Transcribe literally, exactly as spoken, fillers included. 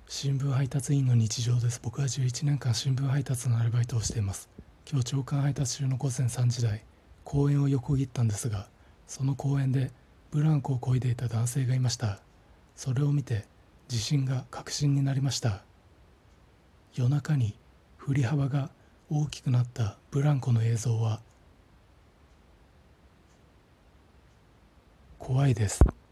新聞配達員の日常です。僕はじゅういちねんかん新聞配達のアルバイトをしています。今日朝刊配達中の午前さんじ台、公園を横切ったんですが、その公園でブランコを漕いでいた男性がいました。それを見て自信が確信になりました。夜中に振り幅が大きくなったブランコの映像は怖いです。